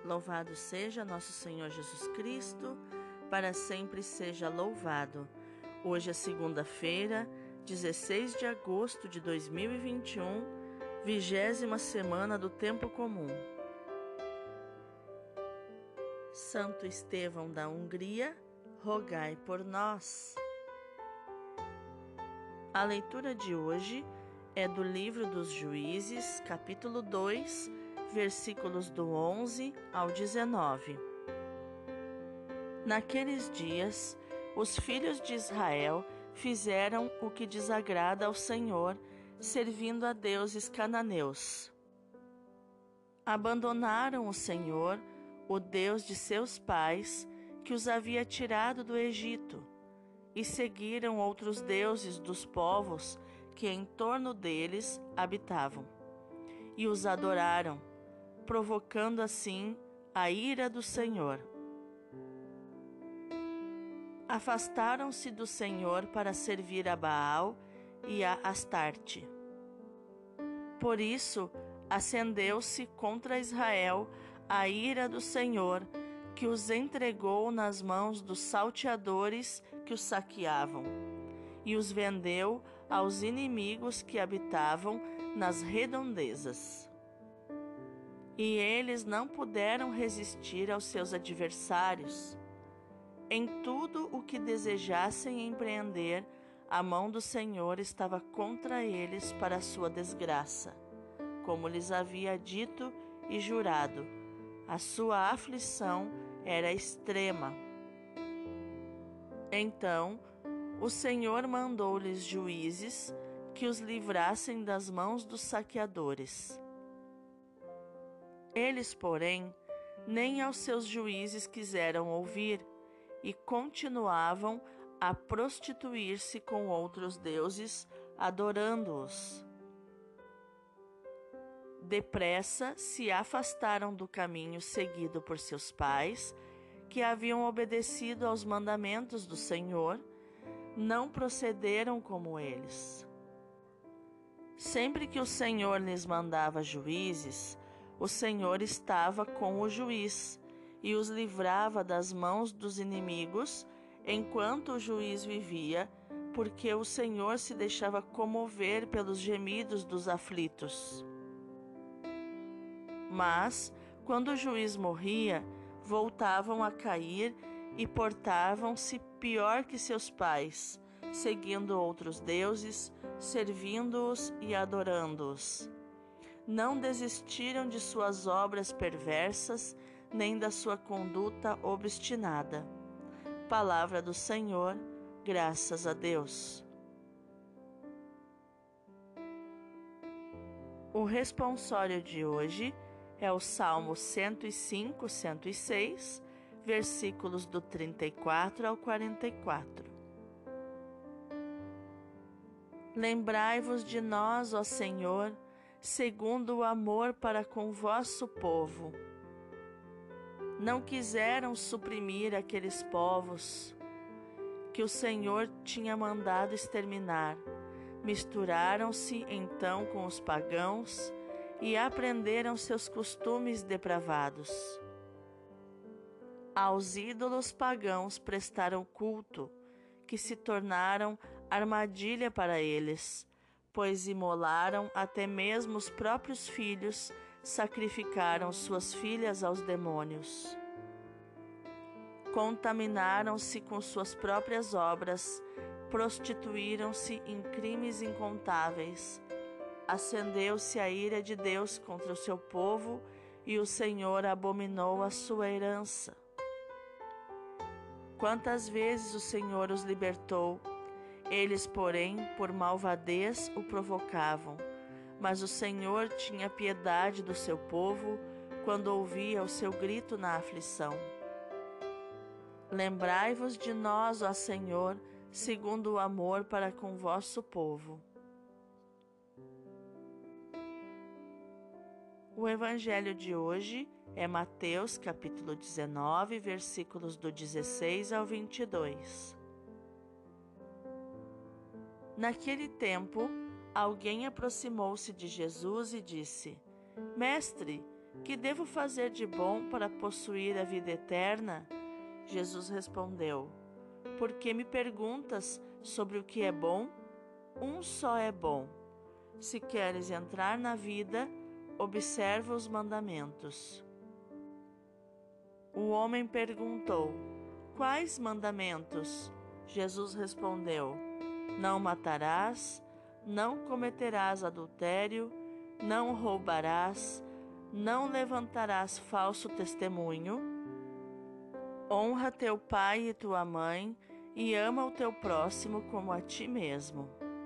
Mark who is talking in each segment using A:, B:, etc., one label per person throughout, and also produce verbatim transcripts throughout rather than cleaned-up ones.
A: Louvado seja nosso Senhor Jesus Cristo, para sempre seja louvado. Hoje é segunda-feira, dezesseis de agosto de dois mil e vinte e um, vigésima semana do Tempo Comum. Santo Estevão da Hungria, rogai por nós. A leitura de hoje é do livro dos Juízes, capítulo dois, versículos do onze ao dezenove. Naqueles dias, os filhos de Israel fizeram o que desagrada ao Senhor, servindo a deuses cananeus. Abandonaram o Senhor, o Deus de seus pais, que os havia tirado do Egito, e seguiram outros deuses dos povos que em torno deles habitavam, e os adoraram, provocando assim a ira do Senhor. Afastaram-se do Senhor para servir a Baal e a Astarte. Por isso, acendeu-se contra Israel a ira do Senhor, que os entregou nas mãos dos salteadores que os saqueavam, e os vendeu aos inimigos que habitavam nas redondezas. E eles não puderam resistir aos seus adversários. Em tudo o que desejassem empreender, a mão do Senhor estava contra eles para a sua desgraça, como lhes havia dito e jurado. A sua aflição era extrema. Então, o Senhor mandou-lhes juízes que os livrassem das mãos dos saqueadores. Eles, porém, nem aos seus juízes quiseram ouvir e continuavam a prostituir-se com outros deuses, adorando-os. Depressa se afastaram do caminho seguido por seus pais, que haviam obedecido aos mandamentos do Senhor, não procederam como eles. Sempre que o Senhor lhes mandava juízes, o Senhor estava com o juiz e os livrava das mãos dos inimigos, enquanto o juiz vivia, porque o Senhor se deixava comover pelos gemidos dos aflitos. Mas, quando o juiz morria, voltavam a cair e portavam-se pior que seus pais, seguindo outros deuses, servindo-os e adorando-os. Não desistiram de suas obras perversas, nem da sua conduta obstinada. Palavra do Senhor, graças a Deus. O responsório de hoje é o Salmo cento e cinco, cento e seis, versículos do trinta e quatro ao quarenta e quatro. Lembrai-vos de nós, ó Senhor, segundo o amor para com vosso povo. Não quiseram suprimir aqueles povos que o Senhor tinha mandado exterminar. Misturaram-se então com os pagãos e aprenderam seus costumes depravados. Aos ídolos pagãos prestaram culto, que se tornaram armadilha para eles, pois imolaram até mesmo os próprios filhos, sacrificaram suas filhas aos demônios. Contaminaram-se com suas próprias obras, prostituíram-se em crimes incontáveis. Acendeu-se a ira de Deus contra o seu povo, e o Senhor abominou a sua herança. Quantas vezes o Senhor os libertou, eles, porém, por malvadez o provocavam. Mas o Senhor tinha piedade do seu povo quando ouvia o seu grito na aflição. Lembrai-vos de nós, ó Senhor, segundo o amor para com vosso povo. O evangelho de hoje é Mateus, capítulo dezenove, versículos do dezesseis ao vinte e dois. Naquele tempo, alguém aproximou-se de Jesus e disse: Mestre, Que devo fazer de bom para possuir a vida eterna? Jesus respondeu: Por que me perguntas sobre o que é bom? Um só é bom. Se queres entrar na vida, observa os mandamentos. O homem perguntou: Quais mandamentos? Jesus respondeu: Não matarás, não cometerás adultério, não roubarás, não levantarás falso testemunho, honra teu pai e tua mãe e ama o teu próximo como a ti mesmo.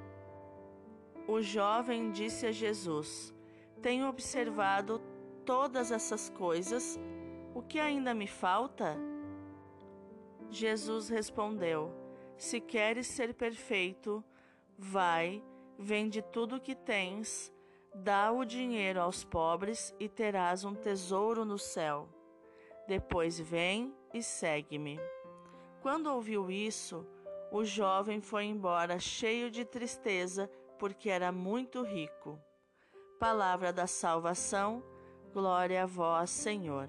A: O jovem disse a Jesus: Tenho observado todas essas coisas, o que ainda me falta? Jesus respondeu: Se queres ser perfeito, vai, vende tudo o que tens, dá o dinheiro aos pobres e terás um tesouro no céu. Depois vem e segue-me. Quando ouviu isso, o jovem foi embora cheio de tristeza, porque era muito rico. Palavra da salvação, glória a vós, Senhor.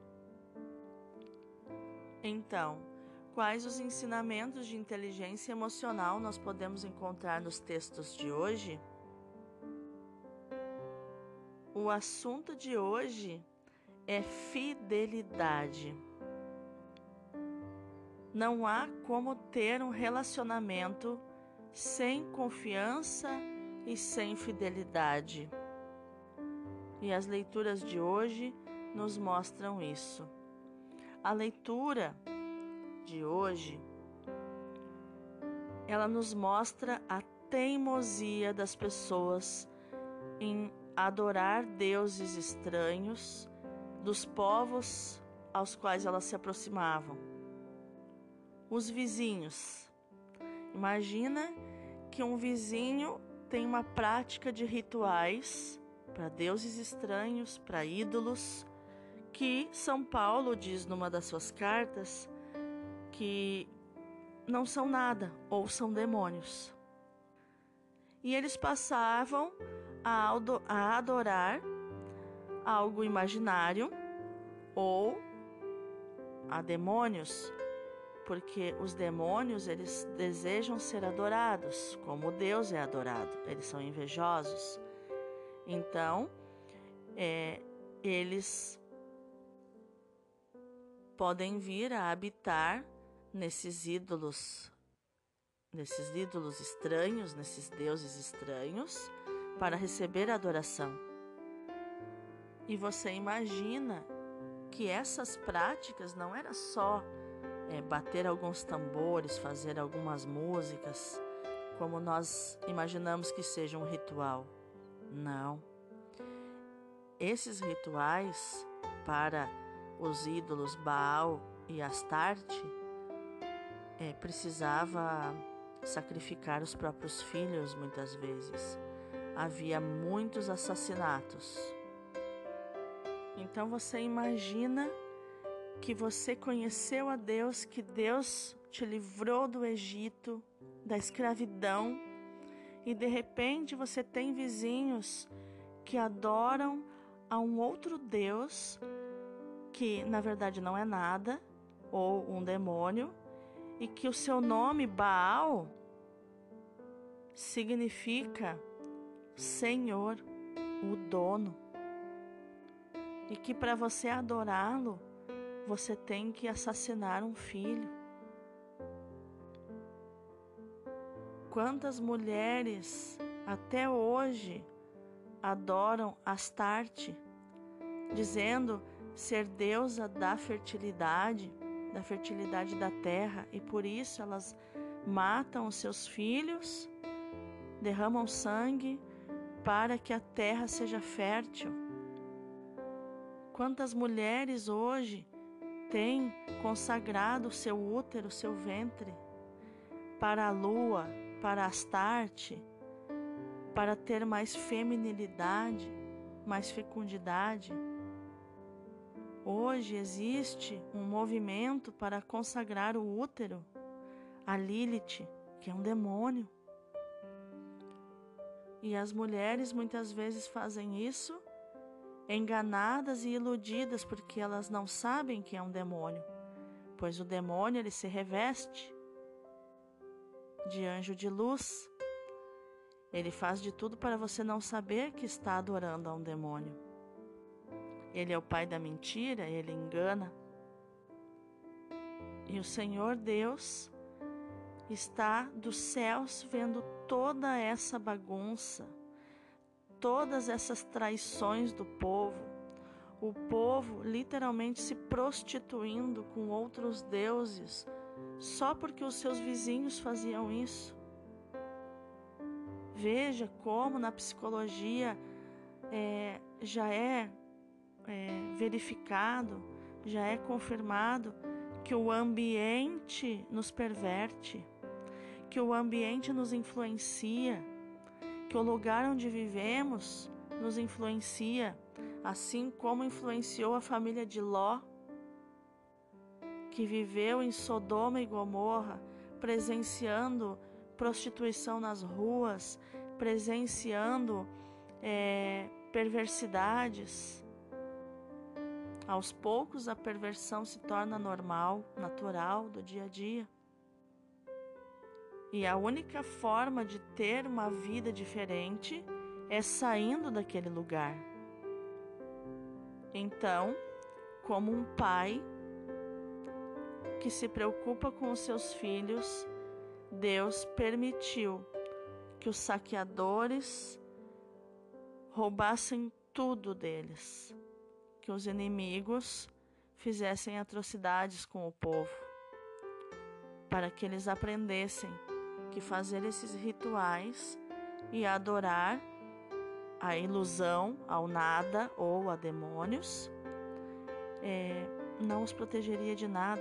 A: Então, quais os ensinamentos de inteligência emocional nós podemos encontrar nos textos de hoje? O assunto de hoje é fidelidade. Não há como ter um relacionamento sem confiança e sem fidelidade. E as leituras de hoje nos mostram isso. A leitura de hoje, ela nos mostra a teimosia das pessoas em adorar deuses estranhos dos povos aos quais elas se aproximavam. Os vizinhos. Imagina que um vizinho tem uma prática de rituais para deuses estranhos, para ídolos, que São Paulo diz numa das suas cartas que não são nada ou são demônios. E eles passavam a adorar algo imaginário ou a demônios, porque os demônios, eles desejam ser adorados, como Deus é adorado. Eles são invejosos. Então, é, eles podem vir a habitar nesses ídolos, nesses ídolos estranhos, nesses deuses estranhos, para receber adoração. E você imagina que essas práticas não era só é, bater alguns tambores, fazer algumas músicas, como nós imaginamos que seja um ritual. Não. Esses rituais para os ídolos Baal e Astarte é, precisava sacrificar os próprios filhos muitas vezes. Havia muitos assassinatos. Então você imagina que você conheceu a Deus, que Deus te livrou do Egito, da escravidão, e de repente você tem vizinhos que adoram a um outro Deus, que na verdade não é nada, ou um demônio, e que o seu nome, Baal, significa Senhor, o dono. E que para você adorá-lo, você tem que assassinar um filho. Quantas mulheres até hoje adoram Astarte, dizendo ser deusa da fertilidade, da fertilidade da terra, e por isso elas matam os seus filhos, derramam sangue para que a terra seja fértil. Quantas mulheres hoje têm consagrado o seu útero, o seu ventre, para a lua, para Astarte, para ter mais feminilidade, mais fecundidade. Hoje existe um movimento para consagrar o útero a Lilith, que é um demônio. E as mulheres muitas vezes fazem isso enganadas e iludidas porque elas não sabem que é um demônio, pois o demônio ele se reveste de anjo de luz. Ele faz de tudo para você não saber que está adorando a um demônio. Ele é o pai da mentira, ele engana. E o Senhor Deus está dos céus vendo toda essa bagunça, todas essas traições do povo, o povo literalmente se prostituindo com outros deuses, só porque os seus vizinhos faziam isso. Veja como na psicologia é, já é, é verificado, já é confirmado que o ambiente nos perverte, que o ambiente nos influencia, que o lugar onde vivemos nos influencia, assim como influenciou a família de Ló, que viveu em Sodoma e Gomorra, presenciando prostituição nas ruas, presenciando é, perversidades. Aos poucos a perversão se torna normal, natural do dia a dia. E a única forma de ter uma vida diferente é saindo daquele lugar. Então, como um pai que se preocupa com os seus filhos, Deus permitiu que os saqueadores roubassem tudo deles, que os inimigos fizessem atrocidades com o povo, para que eles aprendessem que fazer esses rituais e adorar a ilusão, ao nada ou a demônios, é, não os protegeria de nada.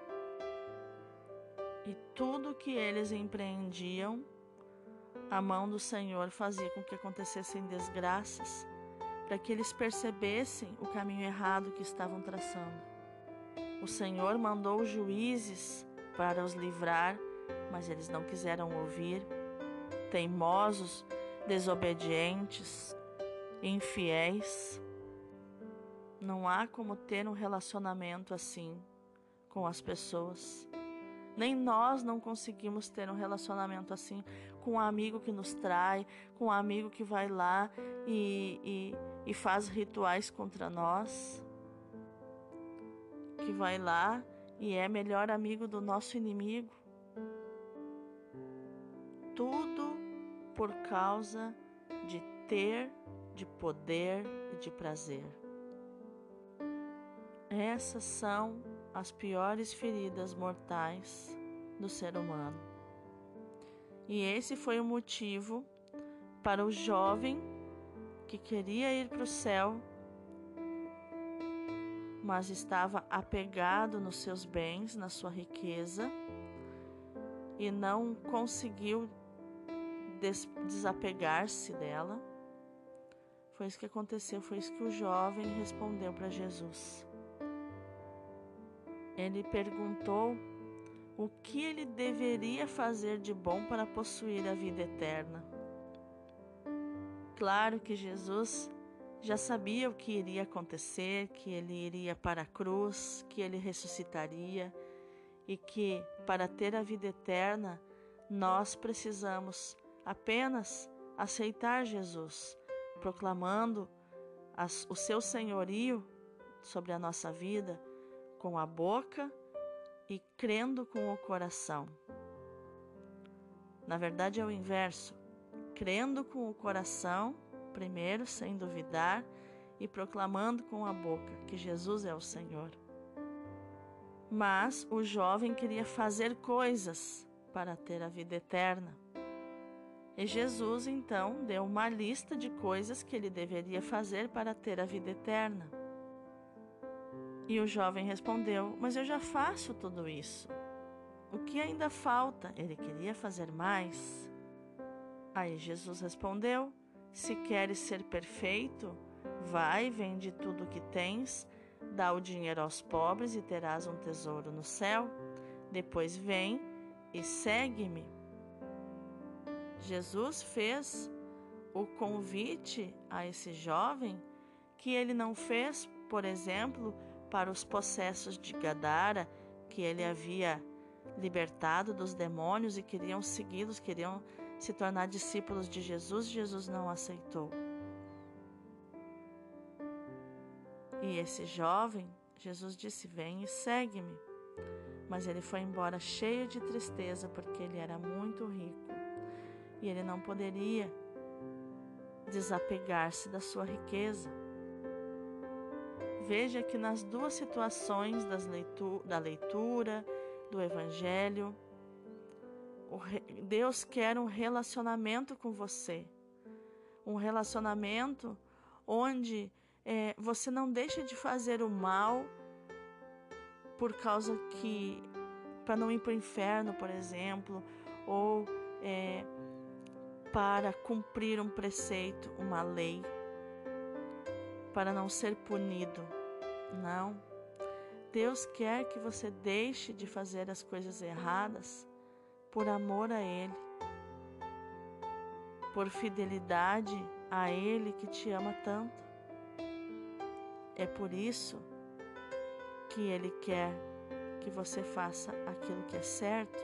A: E tudo que eles empreendiam, a mão do Senhor fazia com que acontecessem desgraças, para que eles percebessem o caminho errado que estavam traçando. O Senhor mandou juízes para os livrar, mas eles não quiseram ouvir. Teimosos, desobedientes, infiéis. Não há como ter um relacionamento assim com as pessoas. Nem nós não conseguimos ter um relacionamento assim com um amigo que nos trai, com um amigo que vai lá e, e, e faz rituais contra nós, que vai lá e é melhor amigo do nosso inimigo. Tudo por causa de ter, de poder e de prazer. Essas são as piores feridas mortais do ser humano. E esse foi o motivo para o jovem que queria ir para o céu, mas estava apegado nos seus bens, na sua riqueza, e não conseguiu des- desapegar-se dela. Foi isso que aconteceu, foi isso que o jovem respondeu para Jesus. Ele perguntou o que ele deveria fazer de bom para possuir a vida eterna. Claro que Jesus já sabia o que iria acontecer, que ele iria para a cruz, que ele ressuscitaria e que para ter a vida eterna nós precisamos apenas aceitar Jesus, proclamando as, o seu senhorio sobre a nossa vida com a boca e crendo com o coração. Na verdade é o inverso, crendo com o coração, primeiro, sem duvidar, e proclamando com a boca que Jesus é o Senhor. Mas o jovem queria fazer coisas para ter a vida eterna. E Jesus, então, deu uma lista de coisas que ele deveria fazer para ter a vida eterna. E o jovem respondeu: mas eu já faço tudo isso. O que ainda falta? Ele queria fazer mais. Aí Jesus respondeu: se queres ser perfeito, vai, vende tudo o que tens, dá o dinheiro aos pobres e terás um tesouro no céu. Depois vem e segue-me. Jesus fez o convite a esse jovem que ele não fez, por exemplo, para os possessos de Gadara, que ele havia libertado dos demônios e queriam segui-los, queriam se tornar discípulos de Jesus. Jesus não aceitou. E esse jovem, Jesus disse: vem e segue-me. Mas ele foi embora cheio de tristeza, porque ele era muito rico e ele não poderia desapegar-se da sua riqueza. Veja que nas duas situações das leitu- da leitura do Evangelho, o re- Deus quer um relacionamento com você, um relacionamento onde é, você não deixa de fazer o mal por causa que, para não ir para o inferno, por exemplo, ou é, para cumprir um preceito, uma lei, para não ser punido. Não. Deus quer que você deixe de fazer as coisas erradas por amor a Ele, por fidelidade a Ele que te ama tanto. É por isso que Ele quer que você faça aquilo que é certo,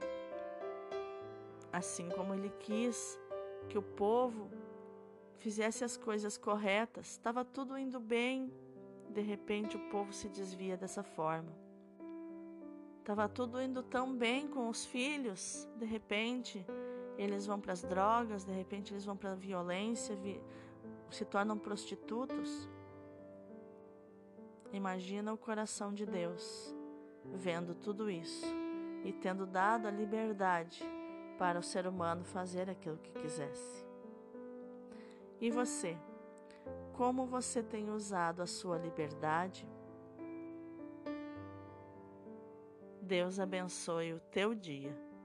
A: assim como Ele quis que o povo fizesse as coisas corretas. Estava tudo indo bem, de repente o povo se desvia dessa forma. Estava tudo indo tão bem com os filhos, de repente eles vão para as drogas, de repente eles vão para a violência, vi- se tornam prostitutos. Imagina o coração de Deus vendo tudo isso e tendo dado a liberdade para o ser humano fazer aquilo que quisesse. E você? Como você tem usado a sua liberdade? Deus abençoe o teu dia.